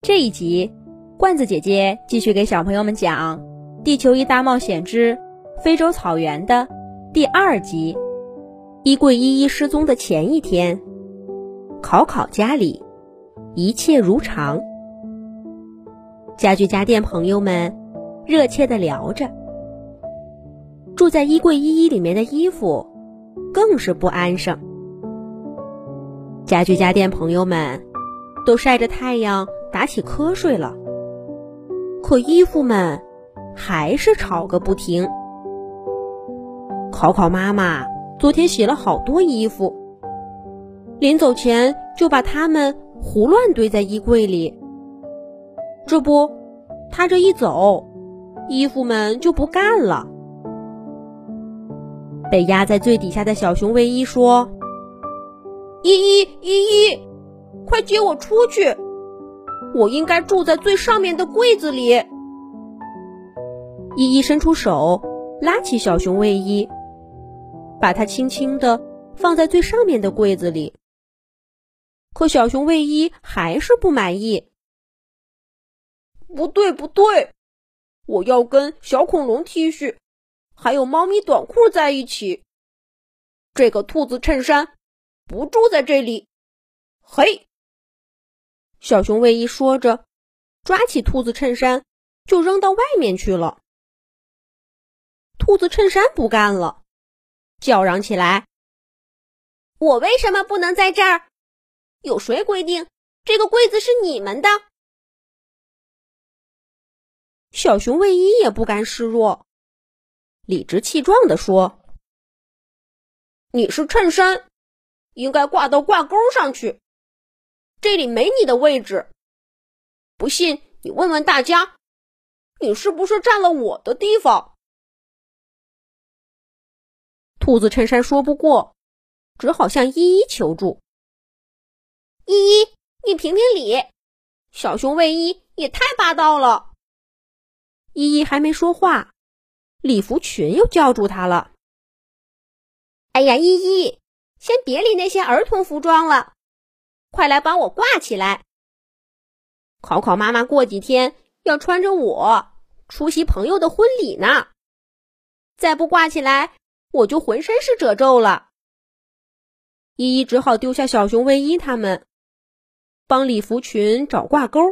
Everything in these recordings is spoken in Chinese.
这一集，罐子姐姐继续给小朋友们讲《地球仪大冒险之非洲草原》的第2集。衣柜依依失踪的前一天，考考家里一切如常。家具家电朋友们热切地聊着，住在衣柜依依里面的衣服更是不安生。家具家电朋友们都晒着太阳打起瞌睡了，可衣服们还是吵个不停。考考妈妈昨天洗了好多衣服，临走前就把它们胡乱堆在衣柜里。这不，她这一走，衣服们就不干了。被压在最底下的小熊卫一说：依依，快接我出去，我应该住在最上面的柜子里。依依伸出手拉起小熊卫一，把它轻轻地放在最上面的柜子里。可小熊卫一还是不满意。不对，我要跟小恐龙 T 恤还有猫咪短裤在一起。这个兔子衬衫不住在这里。嘿！小熊卫一说着，抓起兔子衬衫就扔到外面去了。兔子衬衫不干了，叫嚷起来：我为什么不能在这儿？有谁规定这个柜子是你们的？小熊卫一也不甘示弱，理直气壮地说：你是衬衫，应该挂到挂钩上去，这里没你的位置。不信你问问大家，你是不是占了我的地方？兔子衬衫说不过，只好向依依求助。依依，你评评理，小熊卫一也太霸道了。依依还没说话，礼服裙又叫住她了。哎呀，依依，先别理那些儿童服装了，快来帮我挂起来。考考妈妈过几天要穿着我出席朋友的婚礼呢，再不挂起来，我就浑身是褶皱了。依依只好丢下小熊卫一他们，帮礼服裙找挂钩。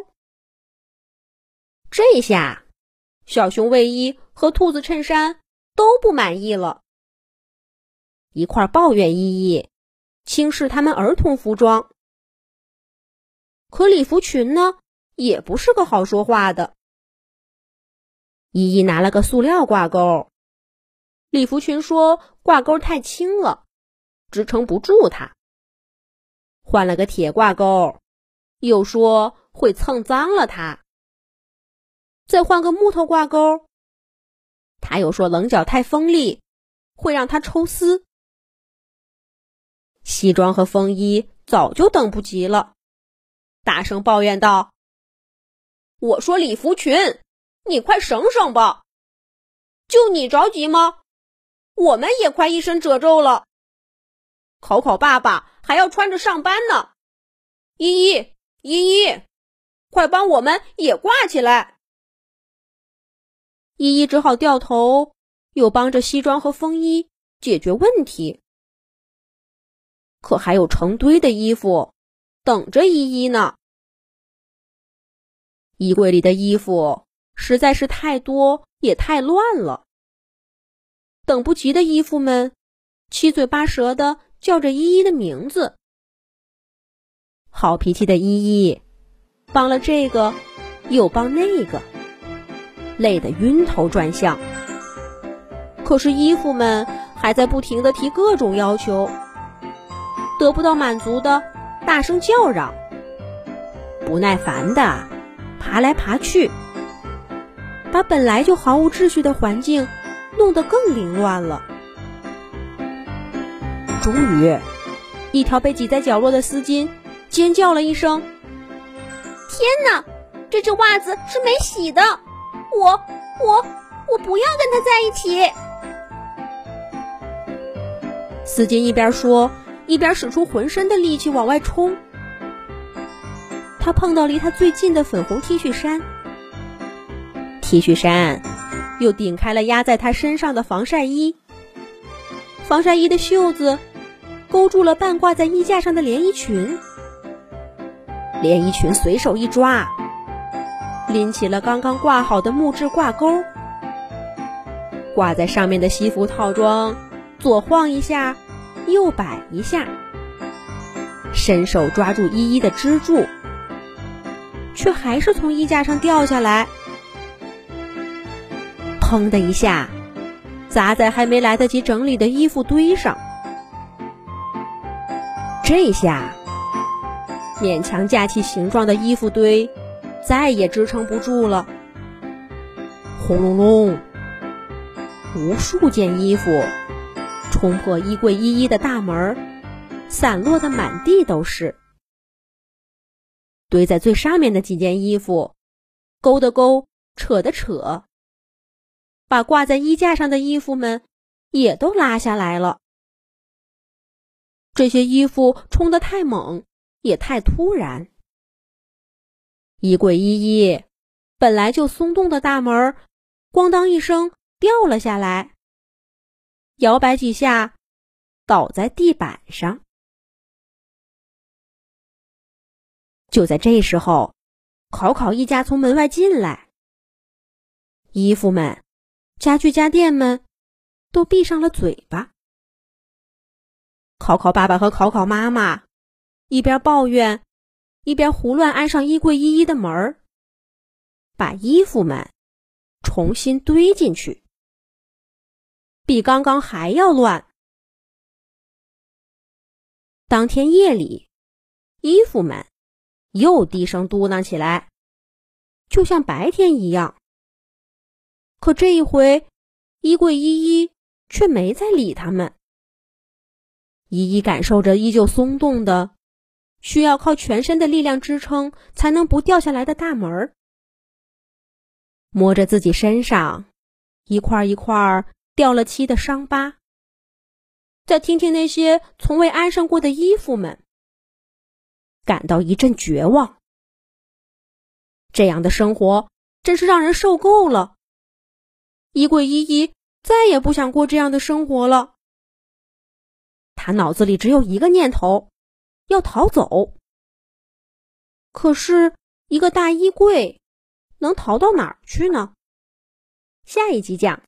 这下小熊卫一和兔子衬衫都不满意了，一块抱怨依依轻视他们儿童服装。可礼服裙呢，也不是个好说话的。依依拿了个塑料挂钩，礼服裙说挂钩太轻了，支撑不住它。换了个铁挂钩，又说会蹭脏了它。再换个木头挂钩，他又说棱角太锋利，会让它抽丝。西装和风衣早就等不及了，大声抱怨道：我说礼服裙，你快省省吧！就你着急吗？我们也快一身褶皱了。考考爸爸还要穿着上班呢。依依，快帮我们也挂起来。依依只好掉头，又帮着西装和风衣解决问题。可还有成堆的衣服等着依依呢。衣柜里的衣服实在是太多也太乱了，等不及的衣服们七嘴八舌地叫着依依的名字。好脾气的依依帮了这个又帮那个，累得晕头转向。可是衣服们还在不停地提各种要求，得不到满足的大声叫嚷，不耐烦的爬来爬去，把本来就毫无秩序的环境弄得更凌乱了。终于，一条被挤在角落的丝巾尖叫了一声：天哪，这只袜子是没洗的，我不要跟它在一起。丝巾一边说，一边使出浑身的力气往外冲。 他碰到离他最近的粉红 T 恤衫，T 恤衫又顶开了压在他身上的防晒衣，防晒衣的袖子勾住了半挂在衣架上的连衣裙，连衣裙随手一抓，拎起了刚刚挂好的木质挂钩，挂在上面的西服套装左晃一下右摆一下，伸手抓住依依的支柱，却还是从衣架上掉下来，砰的一下砸在还没来得及整理的衣服堆上。这下勉强架起形状的衣服堆再也支撑不住了，轰隆隆，无数件衣服冲破衣柜依依的大门，散落的满地都是。堆在最上面的几件衣服勾的勾，扯的扯，把挂在衣架上的衣服们也都拉下来了。这些衣服冲得太猛，也太突然。衣柜依依本来就松动的大门咣当一声掉了下来，摇摆几下倒在地板上。就在这时候，考考一家从门外进来，衣服们、家具家电们都闭上了嘴巴。考考爸爸和考考妈妈一边抱怨，一边胡乱安上衣柜依依的门，把衣服们重新堆进去，比刚刚还要乱。当天夜里，衣服们又低声嘟囔起来，就像白天一样。可这一回，衣柜依依却没再理他们。依依感受着依旧松动的，需要靠全身的力量支撑才能不掉下来的大门，摸着自己身上一块一块掉了漆的伤疤，再听听那些从未安上过的衣服们，感到一阵绝望。这样的生活真是让人受够了。衣柜依依再也不想过这样的生活了。他脑子里只有一个念头，要逃走。可是一个大衣柜能逃到哪儿去呢？下一集讲。